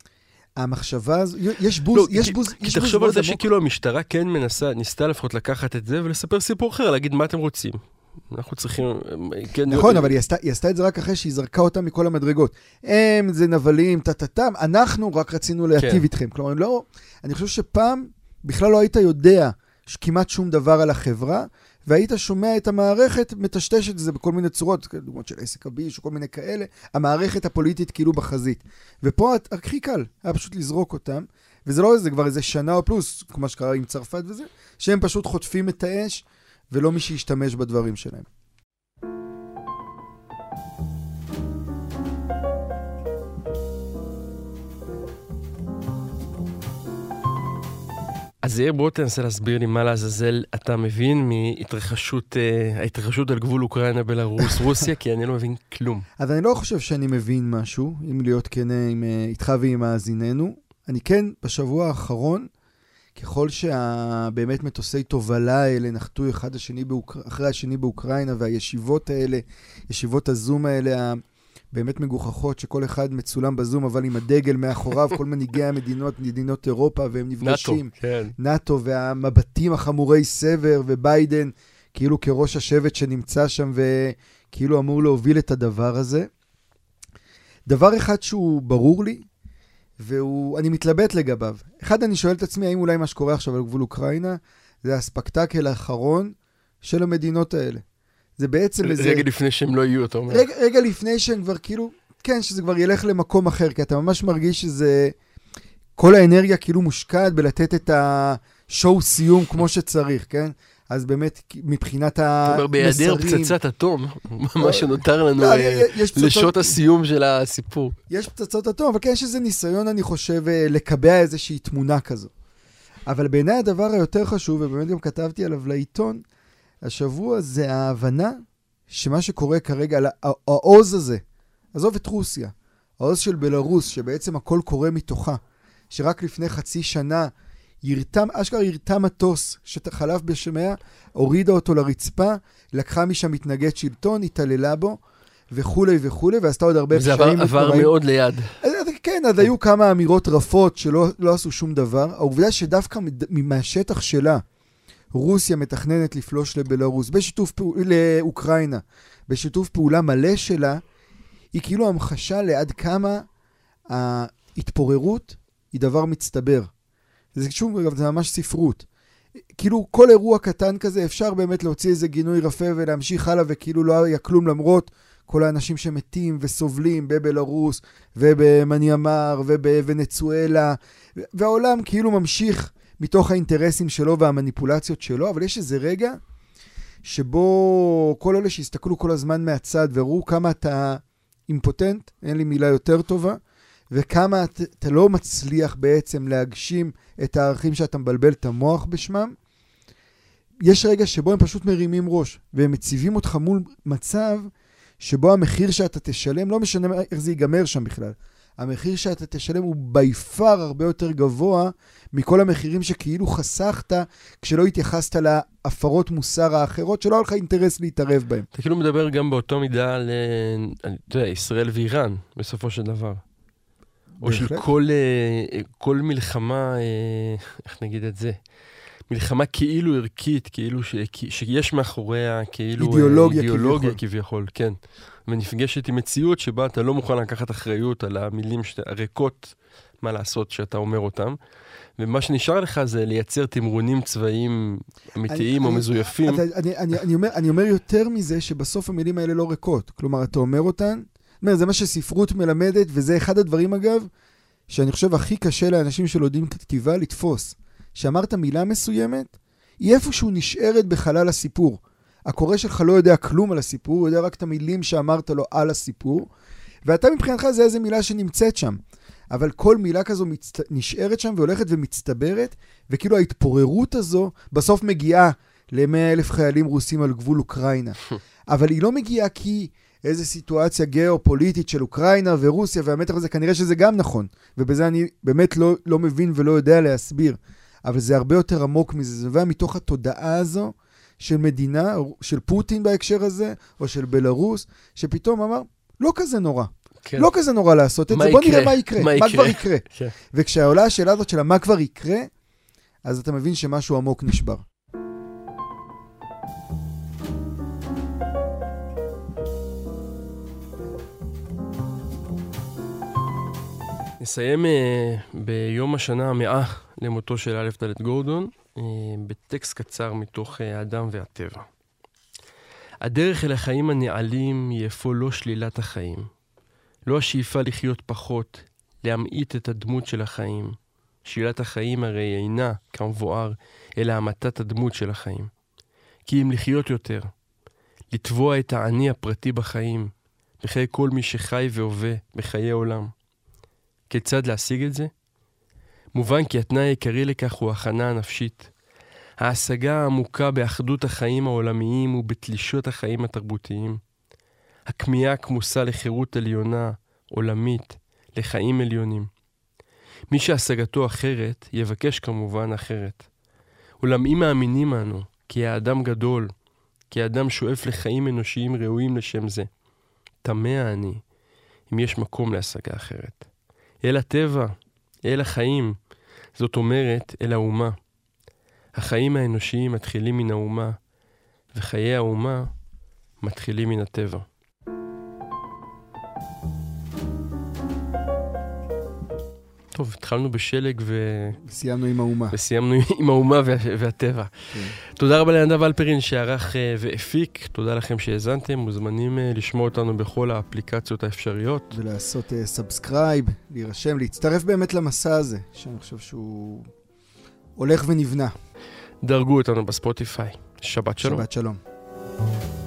המחשבה הזו, יש בוז, לא, יש כי, בוז, כי יש תחשוב בוז על זה עמוק. שכאילו המשטרה כן מנסה, ניסתה לפחות לקחת את זה ולספר סיפור אחר, להגיד מה אתם רוצים. אנחנו צריכים... כן, נכון, אבל היא עשתה, היא עשתה את זה רק אחרי שהיא זרקה אותם מכל המדרגות. הם, זה נבלים, טטטם, אנחנו רק רצינו להטיב כן. איתכם. כלומר, לא, אני חושב שפעם בכלל לא היית יודע כמעט שום דבר על החברה, והיית שומע את המערכת מטשטשת את זה בכל מיני צורות, דוגמאות של עסק הביש או כל מיני כאלה, המערכת הפוליטית כאילו בחזית. ופה הכי קל, היה פשוט לזרוק אותם, וזה לא איזה, כבר איזה שנה או פלוס, כמו שקרה עם צרפת וזה, שהם פשוט חוטפים את האש, ולא מי שישתמש בדברים שלהם. אז יאיר, בוא תנסה להסביר לי מה לעזאזל אתה מבין מהתרחשות, ההתרחשות על גבול אוקראינה, בלרוס, רוסיה, כי אני לא מבין כלום. אז אני לא חושב שאני מבין משהו, אם להיות כנה עם, איתך ועם מאזיננו. אני כן, בשבוע האחרון, ככל שבאמת מטוסי תובלה האלה נחתו אחד השני באוקר... אחרי השני באוקראינה, והישיבות האלה, ישיבות הזום האלה, באמת מגוחכות, שכל אחד מצולם בזום, אבל עם הדגל מאחוריו, כל מנהיגי המדינות, מדינות אירופה, והם נפגשים. נאטו, כן. נאטו, והמבטים החמורי סבר, וביידן, כאילו כראש השבט שנמצא שם, וכאילו אמור להוביל את הדבר הזה. דבר אחד שהוא ברור לי, ואני מתלבט לגביו. אחד, אני שואל את עצמי, האם אולי מה שקורה עכשיו על גבול אוקראינה, זה הספקטקל האחרון של המדינות האלה. זה בעצם רגע איזה... רגע לפני שהם לא יהיו, אתה אומר. רגע, רגע לפני שהם כבר כאילו, כן, שזה כבר ילך למקום אחר, כי אתה ממש מרגיש שזה... כל האנרגיה כאילו מושקעת בלתת את השואו סיום כמו שצריך, כן? אז באמת, מבחינת המסרים... אתה אומר, ביעדר פצצת אטום, מה שנותר לנו לשעות הסיום של הסיפור. יש פצצות אטום, אבל כן, יש איזה ניסיון, אני חושב, לקבע איזושהי תמונה כזו. אבל בעיניי הדבר היותר חשוב, ובאמת גם כתבתי עליו לעיתון, השבוע זה ההבנה שמה שקורה כרגע, העוז הזה, עזוב את רוסיה, העוז של בלרוס, שבעצם הכל קורה מתוכה, שרק לפני חצי שנה, ירתם, אשכרה ירתם מטוס שחלף בשמיה, הורידה אותו לרצפה, לקחה משם מתנגד שלטון, התעללה בו, וכולי וכולי, ועשתה עוד הרבה פשעים. וזה עבר, עבר מאוד ליד. אז, כן, אז היו כמה אמירות רפות שלא לא עשו שום דבר. העובדה שדווקא מהשטח שלה, רוסיה מתכננת לפלוש לבלרוס, בשיתוף פעולה, לאוקראינה, בשיתוף פעולה מלא שלה, היא כאילו המחשה לעד כמה ההתפוררות היא דבר מצטבר. זה שוב, אגב, זה ממש ספרות. כאילו כל אירוע קטן כזה אפשר באמת להוציא איזה גינוי רפה ולהמשיך הלאה, וכאילו לא היה כלום למרות כל האנשים שמתים וסובלים בבלרוס ובמניאמר ובוונצואלה, והעולם כאילו ממשיך מתוך האינטרסים שלו והמניפולציות שלו, אבל יש איזה רגע שבו כל אלה שהסתכלו כל הזמן מהצד וראו כמה אתה אימפוטנט, אין לי מילה יותר טובה, וכמה אתה, אתה לא מצליח בעצם להגשים את הערכים שאתה מבלבל את המוח בשמם, יש רגע שבו הם פשוט מרימים ראש, והם מציבים אותך מול מצב שבו המחיר שאתה תשלם, לא משנה איך זה ייגמר שם בכלל, המחיר שאתה תשלם הוא ביפר הרבה יותר גבוה מכל המחירים שכאילו חסכת כשלא התייחסת להפרות מוסר האחרות שלא היה לך אינטרס להתערב בהם. אתה כאילו מדבר גם באותו מידה על, אתה יודע, ישראל ואיראן בסופו של דבר. או של כל, כל מלחמה, איך נגיד את זה? מלחמה כאילו ערכית, כאילו ש, שיש מאחוריה כאילו אידיאולוגיה, אידיאולוגיה כביכול. כביכול, כן. ונפגשת עם מציאות שבה אתה לא מוכן לקחת אחריות על המילים הריקות, מה לעשות שאתה אומר אותם. ומה שנשאר לך זה לייצר תמרונים צבאיים אמיתיים אני, או מזויפים. אני, אני, אני, אני, אומר, אני אומר יותר מזה שבסוף המילים האלה לא ריקות. כלומר, אתה אומר אותן, אומר, זה מה שספרות מלמדת, וזה אחד הדברים אגב, שאני חושב הכי קשה לאנשים שלא יודעים כתיבה לתפוס. שאמרת מילה מסוימת, היא איפשהו נשארת בחלל הסיפור. הקורא שלך לא יודע כלום על הסיפור, הוא יודע רק את המילים שאמרת לו על הסיפור, ואתה מבחינתך זה איזה מילה שנמצאת שם. אבל כל מילה כזו מצט... נשארת שם והולכת ומצטברת, וכאילו ההתפוררות הזו בסוף מגיעה ל-מאה אלף חיילים רוסים על גבול אוקראינה. אבל היא לא מגיעה כי איזו סיטואציה גיאופוליטית של אוקראינה ורוסיה, והמתח הזה כנראה שזה גם נכון, ובזה אני באמת לא, לא מבין ולא יודע להסביר. אבל זה הרבה יותר עמוק מזה, זה נובע מתוך התודעה הזו של מדינה, של פוטין בהקשר הזה, או של בלרוס, שפתאום אמר, לא כזה נורא. כן. לא כזה נורא לעשות את זה, בוא נראה מה יקרה, מה, מה כבר יקרה. כן. וכשהעולה השאלה הזאת של מה כבר יקרה, אז אתה מבין שמשהו עמוק נשבר. נסיים uh, ביום השנה המאה למותו של א' ד' גורדון, uh, בטקסט קצר מתוך uh, האדם והטבע. הדרך אל החיים הנעלים היא אפוא לא שלילת החיים. לא השאיפה לחיות פחות, להמעיט את הדמות של החיים. שלילת החיים הרי אינה, כמבואר, אלא המתת הדמות של החיים. כי אם לחיות יותר, לתבוע את העני הפרטי בחיים, בחיי כל מי שחי והווה בחיי עולם. כיצד להשיג את זה? מובן כי התנאי העיקרי לכך הוא הכנה הנפשית. ההשגה העמוקה באחדות החיים העולמיים ובתלישות החיים התרבותיים. הכמיהה כמוסה לחירות עליונה, עולמית, לחיים עליונים. מי שהשגתו אחרת, יבקש כמובן אחרת. אולם אם מאמינים אנו, כי האדם גדול, כי האדם שואף לחיים אנושיים ראויים לשם זה, תמה אני, אם יש מקום להשגה אחרת. אל הטבע, אל החיים, זאת אומרת, אל האומה. החיים האנושיים מתחילים מן האומה, וחיי האומה מתחילים מן הטבע. טוב, התחלנו בשלג ו... וסיימנו עם האומה. וסיימנו עם האומה וה... והטבע. כן. תודה רבה לנדב אלפרין שערך והפיק. תודה לכם שהאזנתם. מוזמנים לשמוע אותנו בכל האפליקציות האפשריות. ולעשות סאבסקרייב, להירשם, להצטרף באמת למסע הזה, שאני חושב שהוא הולך ונבנה. דרגו אותנו בספוטיפיי. שבת שלום. שבת שלום.